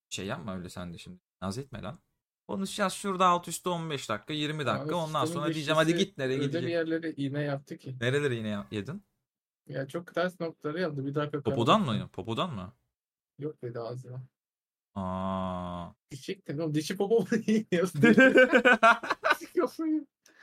Şey yapma öyle sen de şimdi. Naz etme lan. Konuşacağız şurada alt üstte 15 dakika 20 dakika. Abi Ondan sistemin sonra diyeceğim hadi dişlisi git nereye öyle bir gidecek. yerlere iğne yaptı ki. Nereleri yine yedin? Ya çok ters noktaları yaptı. Bir dakika Popodan kanadı falan. mı? Popodan mı? Yok dedi ağzına. Aa. Dişecektin oğlum. Dişi popo mu yiyorsun dedi. Kafayı.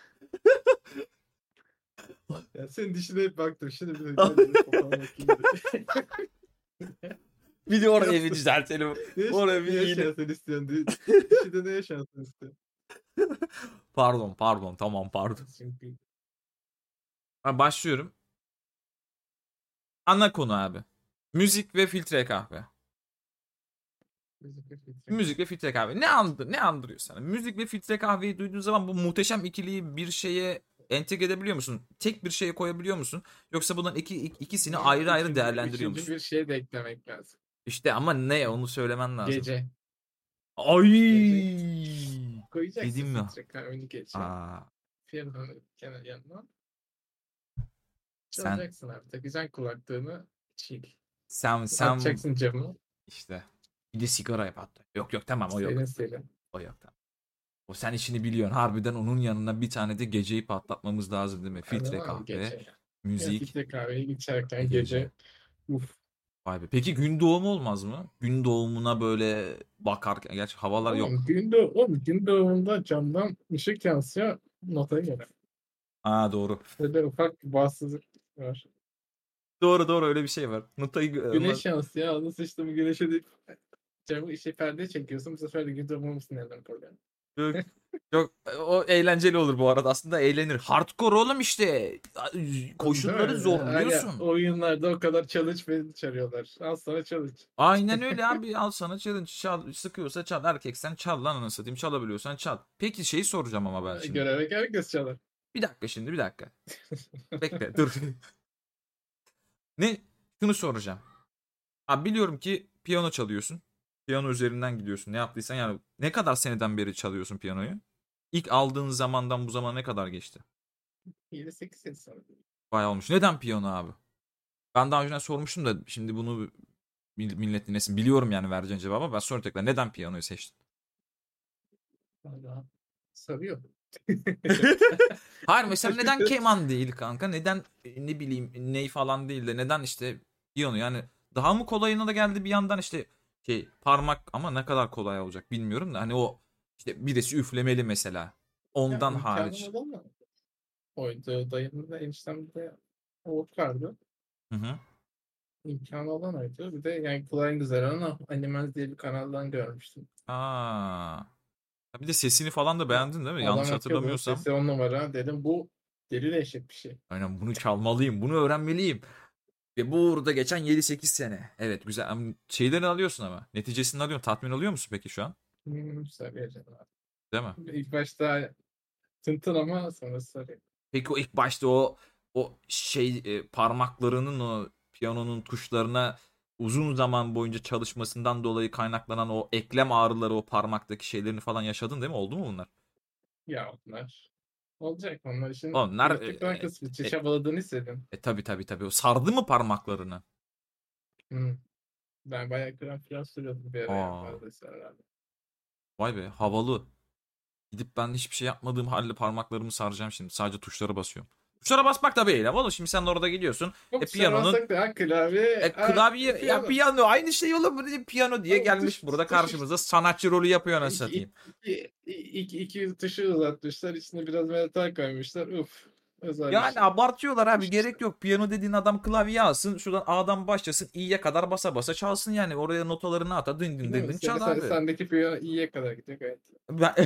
Ya senin dişine hep baktım. Şimdi bir de popona bakayım dedi. Bir de orada evi Yaptı. düzeltelim. Oraya bir Ne iğne. yaşansın istiyorsun? Dişide ne yaşansın istiyorsun? Pardon tamam pardon. Çünkü Ben başlıyorum. Ana konu abi. Müzik ve filtre kahve. müzik ve filtre Müzik ve filtre kahve. Ne andırıyor sana? Müzik ve filtre kahveyi duyduğun zaman bu muhteşem ikiliyi bir şeye entegre edebiliyor musun? Tek bir şeye koyabiliyor musun? Yoksa bunların ikisini ama ayrı ayrı değerlendiriyor üçüncü musun? bir şey de eklemek lazım. İşte ama ne onu söylemen lazım. Gece. Gece Ay! koyacaksın Dedim mi? filtre kahveni gece. Aa, Piyanonun kenar yanına. sen Çalacaksın abi. Takacaksın kulaklığını. Chill. sen Açacaksın camı. işte bir de sigara yap hatta. Yok tamam o yok. Serin serin. O yok tamam. O sen işini biliyorsun. Harbiden onun yanına bir tane de geceyi patlatmamız lazım değil mi? Filtre Anladın mı? kahve, Gece ya. Ya müzik filtre kahveyi içerken gece. gece. Uf. Vay be. Peki gün doğumu olmaz mı? Gün doğumuna böyle bakarken. Gerçi havalar yok. Gün doğumunda camdan ışık yansıyor. Notaya göre. Ha doğru. Böyle ufak bir bağımsızlık var. Doğru öyle bir şey var. Notayı Güneş yansıyor. Nasıl işte bu güneşe de camı perde çekiyorsun. Bu sefer de gün doğumu musun neden problem? çok, çok o eğlenceli olur bu arada. Aslında eğlenir. Hardcore oğlum işte. Değil Koşulları mi? Yani zorluyorsun. oyunlarda o kadar challenge beni çağırıyorlar. Al sana challenge. Aynen öyle abi. Al sana challenge. Çal, sıkıyorsa çal. Erkeksen çal lan anasını satayım. Çalabiliyorsan çal. Peki şeyi soracağım ama ben şimdi. Görerek herkes çalar. Bir dakika şimdi bir dakika. Bekle dur. Ne? Şunu soracağım. Abi biliyorum ki piyano çalıyorsun. Piyano üzerinden gidiyorsun. Ne yaptıysan yani ne kadar seneden beri çalıyorsun piyanoyu? İlk aldığın zamandan bu zamana ne kadar geçti? 7-8 sene sonra. Bayağı olmuş. Neden piyano abi? Ben daha önce sormuştum da şimdi bunu millet dinlesin. Biliyorum yani vereceğin cevabı ama ben sonra tekrar neden piyanoyu seçtin? Valla sarıyor. Hayır mesela neden Hakikaten. keman değil kanka? Neden ne bileyim ney falan değil de neden işte piyano yani daha mı kolayına da geldi bir yandan işte şey parmak ama ne kadar kolay olacak bilmiyorum da hani o işte birisi üflemeli mesela. Ya Ondan imkanı hariç. olan mı? Oydu. Dayımın da eniştemde de o vardı. Hı hı. İmkanı olan oydu. Bir de yani kulağın güzel ama Animals diye bir kanaldan görmüştüm. Aa. Bir de sesini falan da beğendin değil mi? Adam Yanlış yapıyordu. hatırlamıyorsam. Sesi 10 numara. Dedim bu deli dehşet bir şey. Aynen bunu çalmalıyım. Bunu öğrenmeliyim. Ve burada geçen 7-8 sene. Evet güzel. Ama şeylerini alıyorsun ama. Neticesini alıyorsun. Tatmin oluyor musun peki şu an? Sarıyor abi. Değil mi? İlk başta tın ama sonra sarıyor. Peki o ilk başta o şey parmaklarının o piyanonun tuşlarına uzun zaman boyunca çalışmasından dolayı kaynaklanan o eklem ağrıları o parmaktaki şeylerini falan yaşadın değil mi? Oldu mu bunlar? Ya onlar olacak. Onlar işin Onlar pratik olan kısmı. Çabaladığını hissedin. tabii. O sardı mı parmaklarını? Hı. Ben bayağı krem falan sürüyordum bir ara ya. Aa, Fazla herhalde. vay be havalı. Gidip ben hiçbir şey yapmadığım halde parmaklarımı saracağım şimdi. Sadece tuşlara basıyorum. Tuşlara basmak da bir eylem oğlum. Şimdi sen de orada gidiyorsun. Çok Piyanonun sarmasak da ha, klavye, klavye ya piyano. piyano aynı şey oğlum. Piyano diye Oğlum gelmiş burada tuş karşımızda işte. sanatçı rolü yapıyor anasını İki, satayım. iki tuşu uzatmışlar. İçine biraz metal koymuşlar. Uf. Özel bir Yani şey. abartıyorlar abi Tuş işte. gerek yok. Piyano dediğin adam klavye alsın. Şuradan A'dan başlasın. İ'ye kadar basa basa çalsın yani. Oraya notalarını ata dın dın Değil dın mi? dın çal abi. Sendeki piyano iyiye kadar gidiyor gayet. Ben...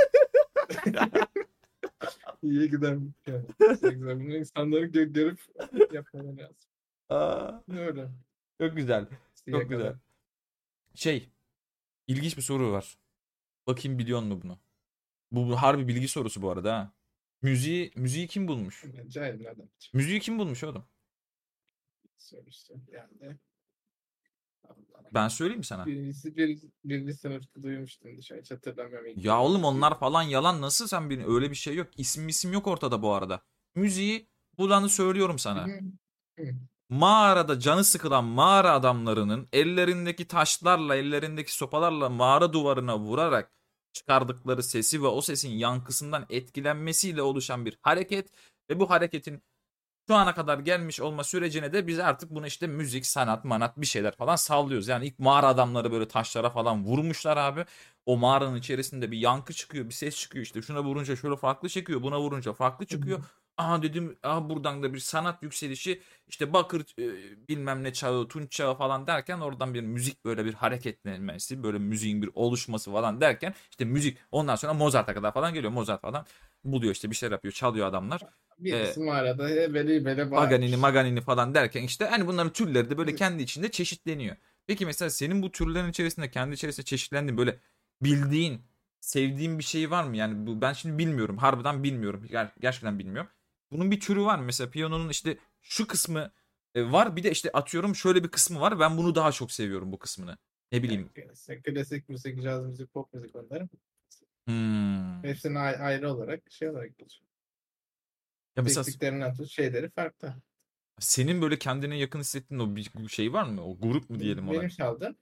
İyiye giden bir piyano. Güzel güzel. Bunu insanların görüp yapmaları lazım. Aa, Ne öyle? çok güzel. İyiye Çok kadar. güzel. Şey, ilginç bir soru var. Bakayım biliyor musun bunu? Bu harbi bilgi sorusu bu arada ha. Müziği kim bulmuş? Ben cahilim nereden bileceğim? Müziği kim bulmuş oğlum? Söylemiştim yani. Allah. Ben söyleyeyim mi sana? Birinci sınıfta duymuştum. Hiç hatırlamıyorum ilk Ya oğlum kelimesini. onlar falan yalan nasıl sen bir öyle bir şey yok. İsim yok ortada bu arada. Müziği bulanı söylüyorum Hı sana. hı. Hı. mağarada canı sıkılan mağara adamlarının ellerindeki taşlarla, ellerindeki sopalarla mağara duvarına vurarak çıkardıkları sesi ve o sesin yankısından etkilenmesiyle oluşan bir hareket ve bu hareketin şu ana kadar gelmiş olma sürecine de biz artık bunu işte müzik, sanat, manat bir şeyler falan sallıyoruz. Yani ilk mağara adamları böyle taşlara falan vurmuşlar abi. O mağaranın içerisinde bir yankı çıkıyor, bir ses çıkıyor işte. Şuna vurunca şöyle farklı çıkıyor, buna vurunca farklı çıkıyor. Aha dedim, aha buradan da bir sanat yükselişi, işte bakır bilmem ne çağı, tunç çağı falan derken oradan bir müzik, böyle bir hareketlenmesi, böyle müziğin bir oluşması falan derken işte müzik ondan sonra Mozart'a kadar falan geliyor. Mozart falan buluyor işte, bir şeyler yapıyor, çalıyor adamlar. Birisi mağarada hebeli bele Paganini, bağırmış. Maganini falan derken işte hani bunların türleri de böyle kendi içinde çeşitleniyor. Peki mesela senin bu türlerin içerisinde, kendi içerisinde çeşitlendiğin böyle bildiğin, sevdiğin bir şey var mı? Yani bu, ben şimdi bilmiyorum. Harbiden bilmiyorum. Gerçekten bilmiyorum. Bunun bir türü var mı? Mesela piyanonun işte şu kısmı var. Bir de işte atıyorum şöyle bir kısmı var. Ben bunu daha çok seviyorum, bu kısmını. Ne Yani bileyim. klasik müzik, caz müzik, pop müzik onların. Hmm. Hepsinin ayrı olarak şey olarak geçiyor. Ya mesela Tekniklerinden tut şeyleri farklı. senin böyle kendine yakın hissettiğin o bir şey var mı? O grup mu diyelim ona? Benim çaldığım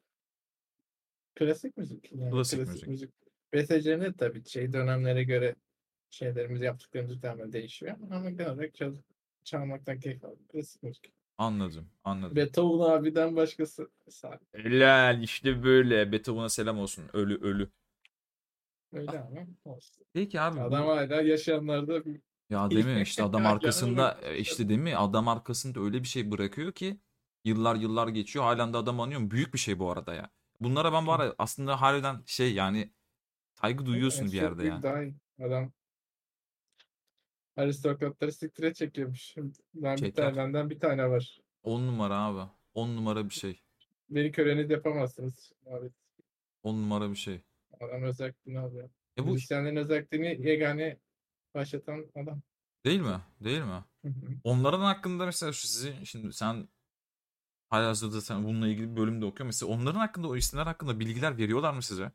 klasik müzik. Yani Klasik klasik müzik. müzik. Bestecilerin de tabii şey dönemlere göre şeylerimiz yaptıklarımız tamamen değişiyor. Ama genel olarak çalmaktan keyif aldım. Klasik müzik. Anladım, anladım. Beethoven abiden başkası sahip. Helal, işte böyle. Beethoven'a selam olsun. Ölü ölü. Ah, Öyle ama olsun. peki abi Adam bu, hala yaşayanlarda ya değil mi? İşte adam yanına arkasında bırakmış. işte değil mi? Adam arkasında öyle bir şey bırakıyor ki yıllar yıllar geçiyor. Halen de adam anıyor. Büyük bir şey bu arada ya. Bunlara ben var ya aslında harbiden şey yani, saygı Yani duyuyorsun bir çok yerde büyük ya. daha iyi. Adam aristokratları siktire çekiyormuş. Ben bir tane, Çeker. benden bir tane var. 10 numara abi. 10 numara bir şey. Beni köleniz yapamazsınız. Abi, 10 numara bir şey. adam özelliğini alıyor. E bu Müzisyenlerin özelliğini yegane başlatan adam. değil mi? Değil mi? Hı hı. Onların hakkında mesela sizin, şimdi sen halihazırda sen bununla ilgili bir bölümde okuyor. Mesela onların hakkında, o isimler hakkında bilgiler veriyorlar mı size?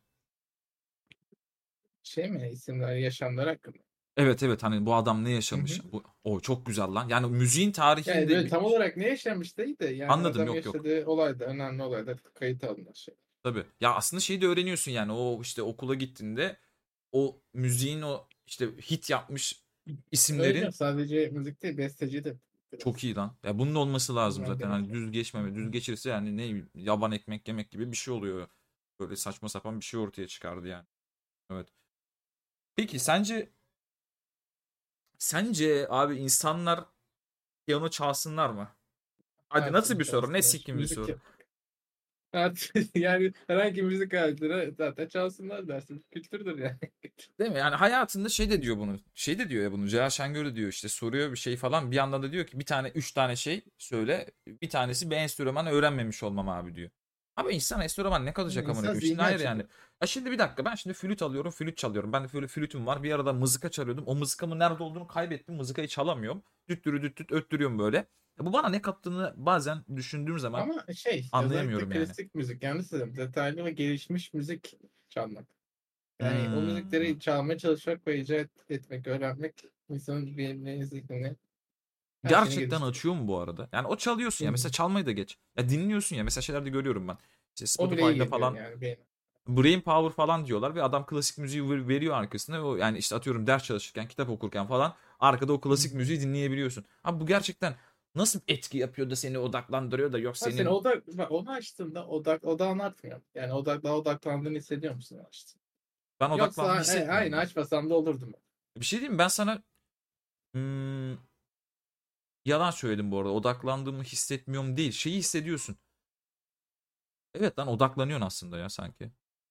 Şey mi isimler, yaşamlar hakkında? Evet evet, hani bu adam ne Hı hı. yaşamış? Bu, o çok güzel lan. Yani müziğin Yani tarihinde böyle tam bitmiş. olarak ne yaşamış değil de yani Anladım, adam yok yok. yaşadığı olayda, önemli olayda kayıt alınan şey. Tabii. Ya aslında şeyi de öğreniyorsun yani, o işte okula gittiğinde o müziğin, o işte hit yapmış Öyle isimlerin sadece müzik değil, besteci de çok biraz. iyi lan. Ya bunun olması lazım Bilmem zaten. Hani gerekiyor. düz Hı geçmeme. hı. Düz geçirse yani ne, yaban ekmek yemek gibi bir şey oluyor. Böyle saçma sapan bir şey ortaya çıkardı yani. Evet. Peki sence abi insanlar piyano çalsınlar mı? Hadi, Her nasıl türlü bir soru? Ne çalsınlar. sikkim bir Müzik soru? yap. Yani herhangi müzik aletine zaten çalsınlar dersin. Kültürdür yani. Değil mi? Yani hayatında şey de diyor bunu. Şey de diyor ya bunu. Celal Şengör de diyor işte, soruyor bir şey falan. Bir yandan da diyor ki bir tane, üç tane şey söyle. Bir tanesi bir enstrüman öğrenmemiş olmam abi diyor. Abi insan enstrüman ne kalacak amına İnsan koyayım? Şimdi zihni hayır yani. açılıyor. Ya şimdi bir dakika, ben şimdi flüt alıyorum, flüt çalıyorum. Ben de böyle flütüm var. Bir arada mızıka çalıyordum. O mızıkamın nerede olduğunu kaybettim. Mızıkayı çalamıyorum. Düttürü düt düt öttürüyorum böyle. Bu bana ne kattığını bazen düşündüğüm zaman Ama şey özellikle anlayamıyorum yani. klasik müzik yani söyleyeyim detaylı ve gelişmiş müzik çalmak. Yani o Hmm. müzikleri çalmaya çalışmak ve etmek, öğrenmek insanın beynini, zihnini, her şeyini Gerçekten geliştiriyor. açıyor mu bu arada? Yani o çalıyorsun Hı ya, hı. mesela çalmayı da geç. Ya dinliyorsun ya, mesela şeylerde görüyorum ben. İşte O bile iyi Spotify'da geliyor falan yani beyne. brain power falan diyorlar ve adam klasik müziği veriyor arkasına. O yani işte atıyorum ders çalışırken, kitap okurken falan arkada o Hı klasik hı. müziği dinleyebiliyorsun. Abi bu gerçekten nasıl etki yapıyor da seni odaklandırıyor da, yok Ha, sen senin, bak, onu açtığında odağın artmıyor. Yani daha odaklandığını hissediyor musun açtın? ben Yoksa odaklandığımı hissetmiyorum aynı ya. açmasam da olurdum. Bir şey diyeyim mi? Ben sana hmm, yalan söyledim bu arada. Odaklandığımı hissetmiyorum değil. Şeyi hissediyorsun. Evet lan, odaklanıyorsun aslında ya sanki.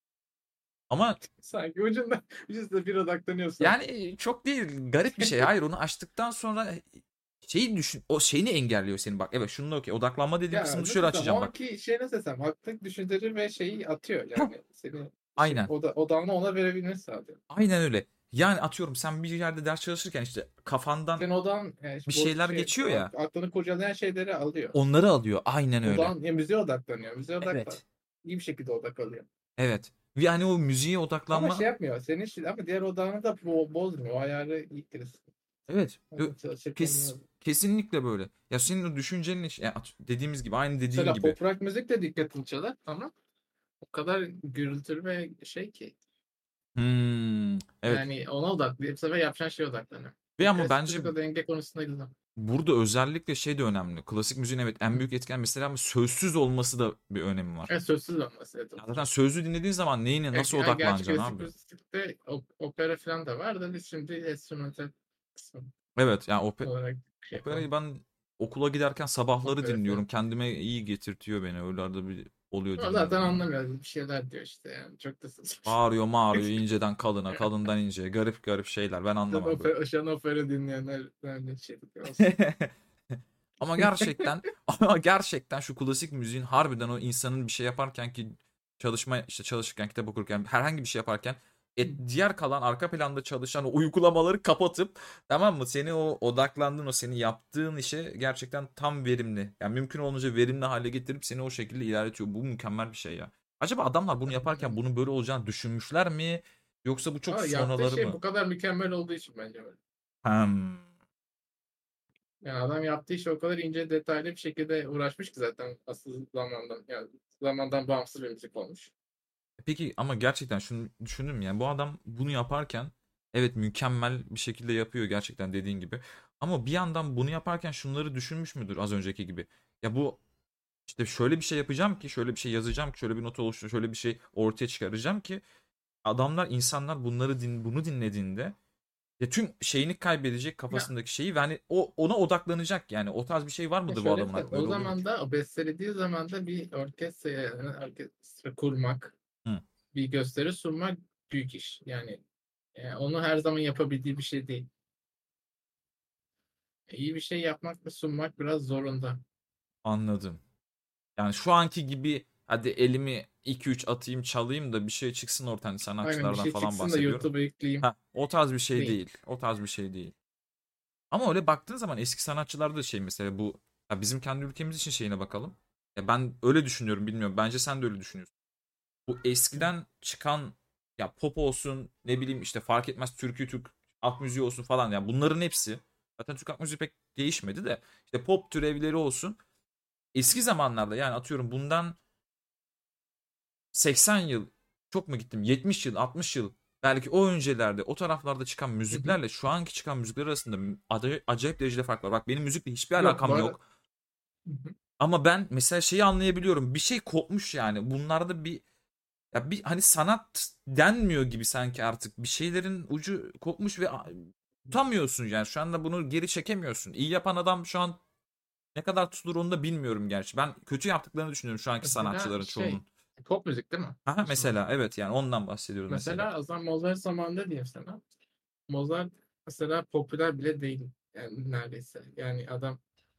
Ama Sanki ucunda bir odaklanıyorsan. yani çok değil, garip bir şey. Hayır, onu açtıktan sonra şeyi düşün, o şeyini engelliyor senin, bak. Evet, şunu da okey. Odaklanma dediğim Ya kısmını nasıl şöyle desem o açacağım bak. anki şey nasıl desem aklın düşünceleri ve şeyi atıyor Heh, yani seni aynen. odağını ona verebilmesi sağlıyor. Aynen öyle. Yani atıyorum sen bir yerde ders çalışırken işte kafandan Senin odağın yani bir bu şeyler geçiyor ya. aklını kurcalayan şeyleri alıyor. Onları alıyor. Aynen öyle. Odağın müziğe odaklanıyor. Müziğe odaklan. Evet. İyi bir şekilde odak alıyor. Evet. Yani o müziğe Ama şey odaklanma. yapmıyor. Ama diğer odağını da bozmuyor. O ayarı iyi kırırsın. Evet. Onu çalışırken iyi Kes, olur. Kesinlikle böyle. Ya senin o düşüncenin dediğimiz gibi, aynı dediğin Mesela gibi. pop rock müzik de dikkatini çalar ama o kadar gürültülü ve şey ki. Evet. Yani ona odaklı. Bu sefer yapacağın şeye odaklanıyor. Ve ama Klasik bence müzik o denge konusunda güzel. burada özellikle şey de önemli. Klasik müziğin evet en büyük etken mesela, ama sözsüz olması da bir önemi var. Evet, sözsüz olması. Evet, Ya zaten sözlü dinlediğin zaman neyine nasıl yani gerçi odaklanacaksın klasik abi? müzikte opera falan da var da biz şimdi enstrümantal kısmı Evet yani olarak şey operayı yapalım. ben okula giderken sabahları Opera dinliyorum. falan. Kendime iyi getirtiyor beni. Öyle arada bir oluyor, O zaten dinliyorum yani. anlamıyor. Bir şeyler diyor işte yani. Çok da Bağırıyor mağırıyor, inceden kalına, kalından inceye. Garip garip şeyler. Ben anlamam böyle. Şu an opera dinleyenler ne şey olsun. Ama gerçekten ama gerçekten şu klasik müziğin harbiden o insanın bir şey yaparken ki, işte çalışırken, kitap okurken, herhangi bir şey yaparken diğer kalan arka planda çalışan o uygulamaları kapatıp, tamam mı, seni o odaklandığın, o senin yaptığın işe gerçekten tam verimli, yani mümkün olunca verimli hale getirip seni o şekilde ilerletiyor. Bu mükemmel bir şey ya. Acaba adamlar bunu yaparken bunun böyle olacağını düşünmüşler mi? Yoksa bu çok Ama yaptığı sonraları şey mı? bu kadar mükemmel olduğu için bence öyle. Hmm. Yani adam yaptığı işi o kadar ince detaylı bir şekilde uğraşmış ki zaten asıl zamandan yani zamandan bağımsız bir müzik olmuş. Peki ama gerçekten şunu düşündüm, yani bu adam bunu yaparken evet mükemmel bir şekilde yapıyor gerçekten dediğin gibi. Ama bir yandan bunu yaparken şunları düşünmüş müdür az önceki gibi? Ya bu işte şöyle bir şey yapacağım ki, şöyle bir şey yazacağım ki, şöyle bir not oluştur, şöyle bir şey ortaya çıkaracağım ki insanlar bunu dinlediğinde ya tüm şeyini kaybedecek, Ya, kafasındaki şeyi, ve hani ona odaklanacak, yani o tarz bir şey var ya mıdır bu şöyle adamın de aklında, o öyle oluyor zaman mudur? da o bestelediği zaman da bir orkestra kurmak, Hı, bir gösteri sunmak büyük iş. Yani onu her zaman yapabildiği bir şey değil. İyi bir şey yapmak ve sunmak biraz zorunda. anladım. Yani şu anki gibi hadi elimi 2-3 atayım çalayım da bir şey çıksın ortaya, hani Aynen, bir sanatçılardan şey falan çıksın da bahsediyorum. YouTube'a yükleyeyim Ha, o tarz bir şey değil. değil. O tarz bir şey değil. Ama öyle baktığın zaman eski sanatçılarda da şey, mesela bu, ya bizim kendi ülkemiz için şeyine bakalım. Ya ben öyle düşünüyorum, bilmiyorum. Bence sen de öyle düşünüyorsun. Bu eskiden çıkan, ya pop olsun, ne bileyim işte, fark etmez, Türk halk müziği olsun falan, ya bunların hepsi, zaten Türk halk müziği pek değişmedi de, işte pop türevleri olsun. Eski zamanlarda, yani atıyorum bundan 80 yıl, çok mu gittim, 70 yıl, 60 yıl, belki o öncelerde o taraflarda çıkan Hı hı. müziklerle şu anki çıkan müzikler arasında acayip derecede fark var. Bak benim müzikle hiçbir Yok, alakam var. yok. Hı hı. Ama ben mesela şeyi anlayabiliyorum. Bir şey kopmuş yani. Bunlarda bir hani sanat denmiyor gibi sanki artık. Bir şeylerin ucu kopmuş ve tutamıyorsun yani. Şu anda bunu geri çekemiyorsun. İyi yapan adam şu an ne kadar tutulur onu da bilmiyorum gerçi. Ben kötü yaptıklarını düşünüyorum şu anki Mesela sanatçıların çoğunun. pop müzik değil mi? Aha, Şimdi. mesela evet, yani ondan bahsediyoruz mesela. Mesela o zaman Mozart zamanında diyeyim sana. Mozart mesela popüler bile değil. Yani neredeyse. Yani adam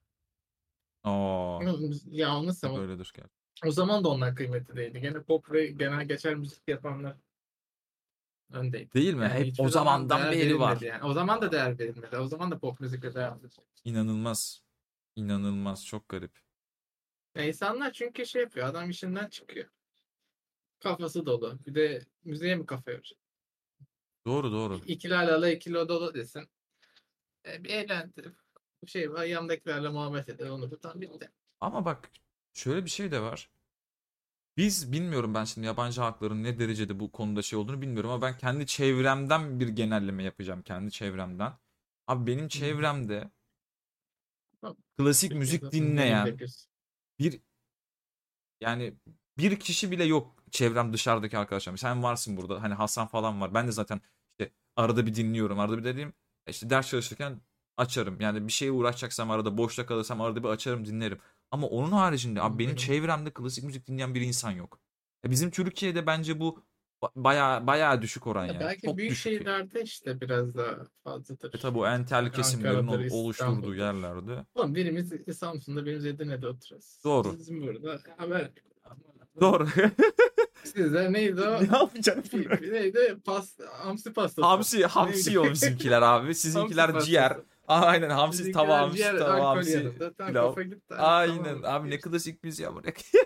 Oo, ya onu çok o, öyledir gerçekten. o zaman da onlar kıymetli değildi. Gene pop ve genel geçer müzik yapanlar öndeydi. Değil mi? Yani Hep o hiçbir zaman zamandan değer beri verilmedi var. yani. O zaman da değer verilmedi. O zaman da pop müzikle devam edecek. İnanılmaz. İnanılmaz. Çok garip. Ya insanlar çünkü şey yapıyor. Adam işinden çıkıyor. Kafası dolu. Bir de müziğe mi kafa yoracak? Doğru doğru. İkili alalı ikili dolu desin. Bir eğlendi. Bu şey var. Yandakilerle muhabbet eder. Onu bu tam bitti. Ama bak şöyle bir şey de var. Biz bilmiyorum, ben şimdi yabancı halkların ne derecede bu konuda şey olduğunu bilmiyorum, ama ben kendi çevremden bir genelleme yapacağım, kendi çevremden. Abi benim Hı hı. çevremde Ama klasik Türkiye müzik zaten genelde dinleyen yapıyoruz. bir, yani bir kişi bile yok çevrem, dışarıdaki arkadaşlarım. Sen varsın burada, hani Hasan falan var. Ben de zaten işte arada bir dinliyorum. Arada bir dediğim, işte ders çalışırken açarım. Yani bir şeye uğraşacaksam, arada boşta kalırsam arada bir açarım, dinlerim. Ama onun haricinde abi benim Anladım. çevremde klasik müzik dinleyen bir insan yok. Bizim Türkiye'de bence bu bayağı düşük oran Ya yani. belki Çok büyük düşük yani. şehirlerde işte biraz daha Tabi fazladır. o entel Yani kesimlerin Ankara'dır, oluşturduğu İstanbul'dur. yerlerde. Oğlum birimiz Samsun'da, birimiz Edirne'de oturuyoruz. Doğru. Bizim burada haber. Doğru. Sizde neydi o? Ne yapacak bunu? Neydi? Hamsi pastası. Hamsi o Neydi? bizimkiler abi. Hamsi Sizinkiler ciğer. pastası. Aynen, hamsi tava, Bizimkiler hamsi ciğer, tava, alkol hamsi yanında. Tam pilav. kafa gitti. Aynen Tamam. abi, ne klasik müziği ama.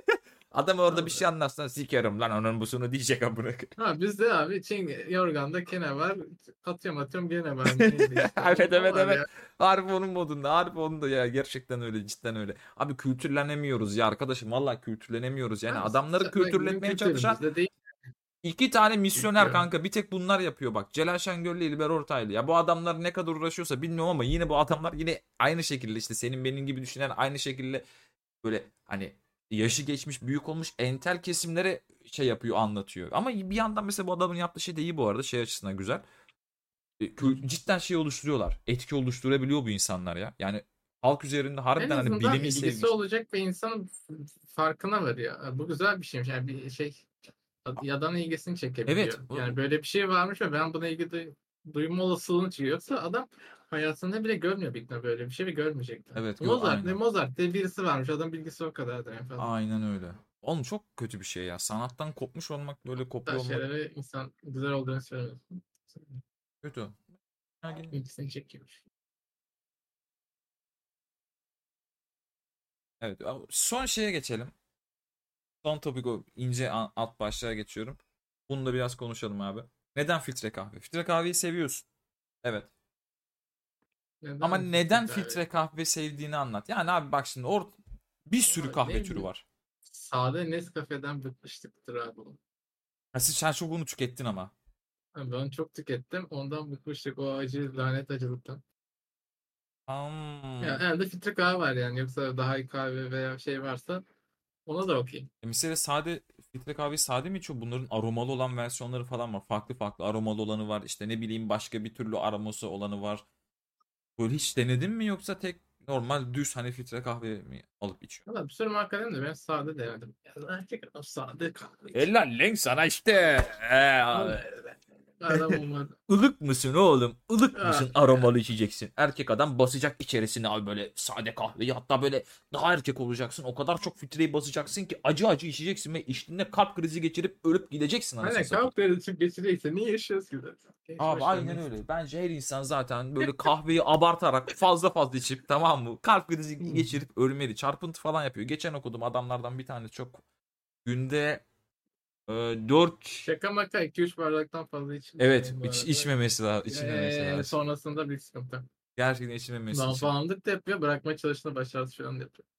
Adam orada bir Abi. şey anlatsan sikerim lan onun busunu diyecek amına. Ha bizde abi yorganda kene var. Atıyorum gene var. Neydi işte. Evet O evet var evet. ya. Harbi onun modunda. Harbi onun da ya. Gerçekten öyle. Cidden öyle. Abi kültürlenemiyoruz ya arkadaşım. Vallahi kültürlenemiyoruz. Yani Abi, adamları bak bizim kültürletmeye çalışan kültürümüzde değil. iki tane misyoner Çünkü. kanka. Bir tek bunlar yapıyor bak. Celal Şengör'le İlber Ortaylı. Ya bu adamlar ne kadar uğraşıyorsa bilmiyorum ama yine bu adamlar yine aynı şekilde işte senin benim gibi düşünen aynı şekilde böyle hani yaşı geçmiş büyük olmuş entel kesimlere şey yapıyor anlatıyor. Ama bir yandan mesela bu adamın yaptığı şey de iyi bu arada şey açısından güzel. Cidden şey oluşturuyorlar. Etki oluşturabiliyor bu insanlar ya. Yani halk üzerinde En harbiden hani azından bilimin ilgisi sevgisi. olacak ve insanın farkına varıyor. Bu güzel bir şeymiş. Yani bir şey yadan ilgisini Evet. çekebiliyor. Yani böyle bir şey varmış ve ben buna duyma olasılığını çıkıyor. Yoksa adam hayatında bile görmüyor büyük ihtimalle böyle bir şey ve görmeyecekti. Evet. Aynen. Mozart diye birisi varmış. Adam bilgisi o kadar da en fazla. Aynen öyle. Oğlum çok kötü bir şey ya. Sanattan kopmuş olmak böyle Daha kopuyor olmak şeylere insan güzel olduğunu söylüyor. kötü. Yani, İlgisini çekiyor. evet. Son şeye geçelim. Son topik o ince alt başlığa geçiyorum. Bunu da biraz konuşalım abi. Neden filtre kahve? Filtre kahveyi seviyorsun. Evet. Ama Neden neden filtre abi? filtre kahve sevdiğini anlat. Yani abi bak şimdi bir sürü Abi kahve ne türü bileyim. var. Sade Nescafe'den bıkmıştıktır abi. Ha, sen çok bunu tükettin ama. Ben çok tükettim. Ondan bıkmıştık o acı lanet acılıktan. Ya Hmm. herhalde filtre kahve var yani. Yoksa daha iyi kahve veya şey varsa ona da okey. Mesela sade filtre kahveyi sade mi içiyor? Bunların aromalı olan versiyonları falan var. Farklı farklı aromalı olanı var. İşte ne bileyim başka bir türlü aroması olanı var. Böyle hiç denedin mi yoksa tek normal düz hani filtre kahve mi alıp içiyor? Valla bir sürü marka dedim de ben sade denedim. Ya erkek adam sade kahve içiyor. Helal lan sana işte. Abi, adam olmadı. Ilık mısın oğlum? Ilık Ah mısın be. aromalı içeceksin? Erkek adam basacak içerisine abi böyle sade kahveyi. Hatta böyle daha erkek olacaksın. O kadar çok filtreyi basacaksın ki acı acı içeceksin ve içtiğinde kalp krizi geçirip ölüp gideceksin anasını Aynen satayım. kalp krizi geçirecekse niye yaşıyoruz ki zaten? Genç Abi başlar aynen neyse. öyle. Bence her insan zaten böyle kahveyi abartarak fazla fazla içip tamam mı? Kalp krizi geçirip ölmeli. Çarpıntı falan yapıyor. Geçen okudum adamlardan bir tane çok günde 4 Şaka maka 2-3 bardaktan fazla evet içilmiyor bu arada. içmemesi lazım. İçilmemesi lazım. Sonrasında bir sıkıntı. Gerçekten içilmemesi için. Bağımlılık da yapıyor. Bırakmaya çalıştığında başarısız falan da yapıyor.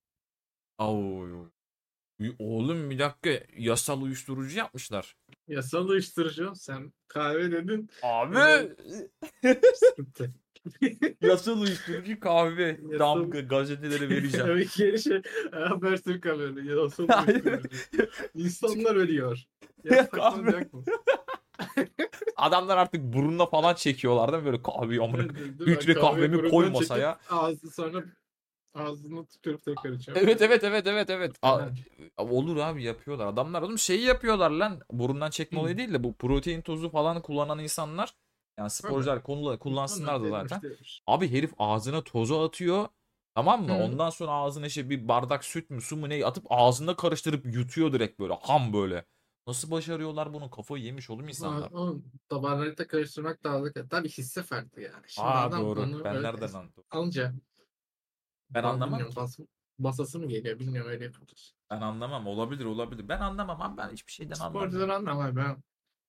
Au. Oğlum bir dakika yasal uyuşturucu yapmışlar. Yasal uyuşturucu. Sen kahve dedin. Öyle Abi sıkıntı. yasal uyuşturucu kahve Yasal damga gazetelere vereceğim. evet yeni şey Habertürk haberi. Yasal Hayır. uyuşturucu. İnsanlar ölüyor. Kahve. Yasaklanacak mı? Adamlar artık burnuna falan çekiyorlar değil mi? Böyle kahveyi amına Evet, değil mi? filtre Kahveyi kahvemi koy burundan çekip masaya. sonra ağzını tükürüp tekrar içiyorum. Evet evet evet evet evet. Ha. Olur abi yapıyorlar. Adamlar oğlum şeyi yapıyorlar lan. Burundan çekme Hı. olayı değil de bu protein tozu falan kullanan insanlar yani Tabii. sporcular Onlar kullansınlar da zaten. delirmiş. Abi herif ağzına tozu atıyor. Tamam mı? Hı. Ondan sonra ağzına işte bir bardak süt mü su mu ne atıp ağzında karıştırıp yutuyor direkt böyle ham böyle. Nasıl başarıyorlar bunu? Kafayı yemiş oğlum insanlar. O damarları da karıştırmak daha da tabii hissi farklı yani. Şimdi Aa adam doğru. onu Ben öyle nereden anladım? alınca Ben anlamam bilmiyorum ki. basası mı geliyor bilmiyorum öyle yapıyoruz. Ben anlamam. Olabilir olabilir. Ben anlamam abi. Ben hiçbir şeyden Sporcular anlamıyorum. anlamıyor ben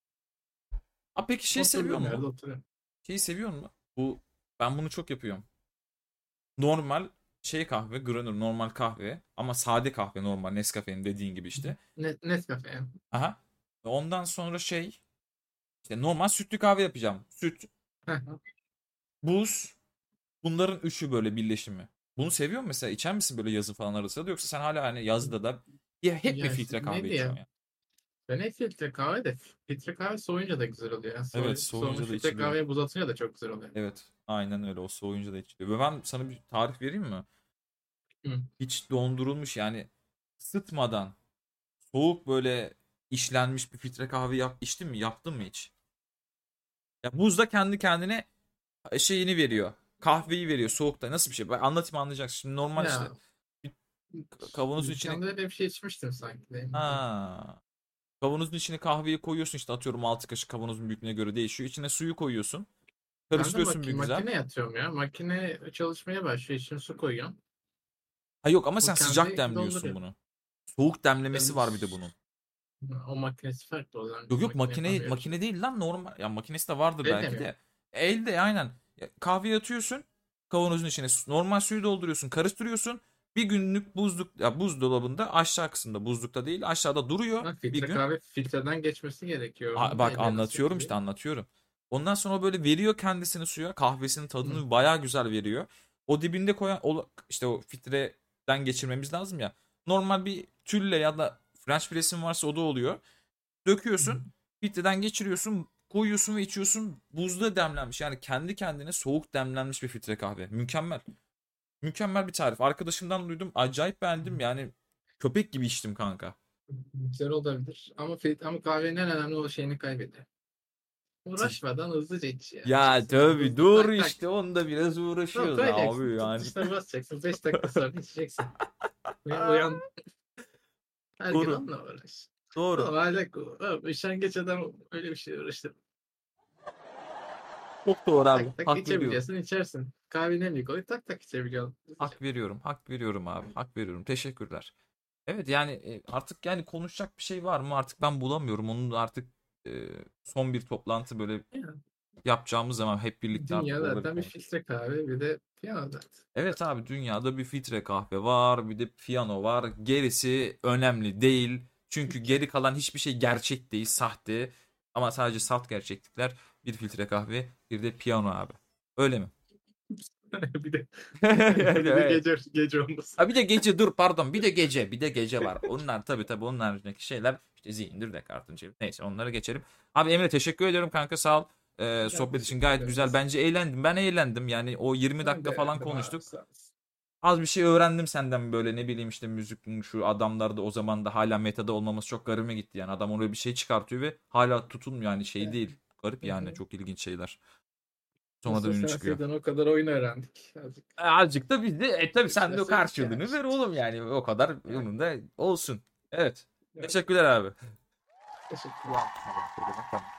Abi peki şey seviyor oturduğum mu? yerde oturuyorum. Şeyi seviyor mu? Ben bunu çok yapıyorum. Normal şey kahve, granül normal kahve ama sade kahve normal Nescafe'nin dediğin gibi işte. Nescafe yani. Aha. Ondan sonra şey işte normal sütlü kahve yapacağım. Süt, buz, bunların üçü böyle birleşimi. Bunu seviyor musun mesela? İçer misin böyle yazı falan arasında yoksa sen hala hani yazda da ya hep mi Ya işte filtre kahve neydi ya? içiyorsun ya? Ben hep filtre kahve de filtre kahve soğuyunca da güzel oluyor. Yani Evet, soğumuş soğuyunca da filtre içiliyor. kahveyi buz atınca da çok güzel oluyor. Evet, aynen öyle. O soğuyunca da içiliyor. Ve ben sana bir tarif vereyim mi? Hı. Hiç dondurulmuş yani ısıtmadan soğuk böyle işlenmiş bir filtre kahve içtin mi? Yaptın mı hiç? Ya buzda kendi kendine şeyini veriyor. Kahveyi veriyor soğukta. Nasıl bir şey? Ben anlatayım anlayacaksın. Şimdi normal işte Ya bir kavanozun içine dükkanda öyle bir şey içmiştim sanki. Değil mi? ha, kavanozun içine kahveyi koyuyorsun işte atıyorum 6 kaşık kavanozun büyüklüğüne göre değişiyor. İçine suyu koyuyorsun. Ben de Karıştırıyorsun bir güzel. makine yatıyorum ya. Makine çalışmaya başlıyor. İçine su koyuyorum. Ha yok ama O sen sıcak kendi demliyorsun dolduruyor. bunu. Soğuk demlemesi var bir de Yalnız bunun. o makinesi farklı o zaman. Yok Biz yok, makine yapamıyoruz. makine değil lan, normal. Ya makinesi de vardır Öyle belki mi? de. Elde aynen. Ya, kahve atıyorsun kavanozun içine. Normal suyu dolduruyorsun, karıştırıyorsun. Bir günlük buzluk ya buzdolabında aşağı kısımda, buzlukta değil aşağıda duruyor Ha, bir filtre gün. kahve filtreden geçmesi gerekiyor. Onu da Bak elle nasıl anlatıyorum yapılıyor? işte, anlatıyorum. Ondan sonra o böyle veriyor kendisini suya. Kahvesinin Hı. tadını bayağı güzel veriyor. O dibinde koyan işte o filtreden geçirmemiz lazım ya. Normal bir tülle ya da French press'in varsa o da oluyor. Hı. Döküyorsun. Filtreden geçiriyorsun. Koyuyorsun ve içiyorsun. Buzda demlenmiş. Yani kendi kendine soğuk demlenmiş bir filtre kahve. Mükemmel. Mükemmel bir tarif. Arkadaşımdan duydum. Acayip beğendim. Yani köpek gibi içtim kanka. Güzel olabilir. Ama kahvenin en önemli o şeyini kaybediyor. Uğraşmadan hızlıca iç ya. Ya İçeceksin böyle tabii hızlı dur tak tak. işte, onda biraz Tamam uğraşıyoruz abi koyacaksın. yani. Tuşuna basacaksın. 5 dakika sonra içeceksin. Uyan. Her gün Doğru. onunla uğraş. Doğru. Oğlum hala üşengeç adam öyle bir şey uğraştır. Çok doğru abi. Tak tak Hak veriyorum. içebiliyorsun içersin. Kahvenin en büyük olayı tak tak içebiliyorsun. Hızlıca. Hak veriyorum. Hak veriyorum abi. Hak veriyorum. Teşekkürler. Evet yani artık yani konuşacak bir şey var mı? Artık ben bulamıyorum. Onun da artık son bir toplantı böyle Yani yapacağımız zaman hep birlikte artık dünya oraları zaten bir konuşuruz. filtre kahve bir de piyano zaten. Evet abi, dünyada bir filtre kahve var, bir de piyano var. Gerisi önemli değil. Çünkü geri kalan hiçbir şey gerçek değil, sahte. Ama sadece salt gerçeklikler bir filtre kahve, bir de piyano abi. Öyle mi? Bir de bir de Evet. gece olması. Ha bir de gece, dur pardon, bir de gece, bir de gece var. Onlar tabii onun haricindeki şeyler işte zihindir, Descartes'in çeviri. Neyse onları geçelim. Abi Emre teşekkür ediyorum kanka, sağ ol. Ben Sohbet için teşekkür gayet ederim. güzel. Bence eğlendim. Ben eğlendim. Yani o 20 Ben de dakika falan öğrendim abi konuştuk. sağ olasın. Az bir şey öğrendim senden, böyle ne bileyim işte müzik, şu adamlarda o zaman da hala metada olmaması çok garibime gitti. Yani adam oraya bir şey çıkartıyor ve hala tutulmuyor, yani şey Evet. değil. Garip Hı yani, hı. çok ilginç şeyler. Sonradan Nasıl ünlü çıkıyor. senseyden o kadar oyun öğrendik. Azıcık Azıcık da biz de tabii sen de o düşünürsek karşılığını yani. ver oğlum, yani o kadar Yani, bunun da olsun. Evet. yani. Teşekkürler abi. Teşekkürler. Tamam.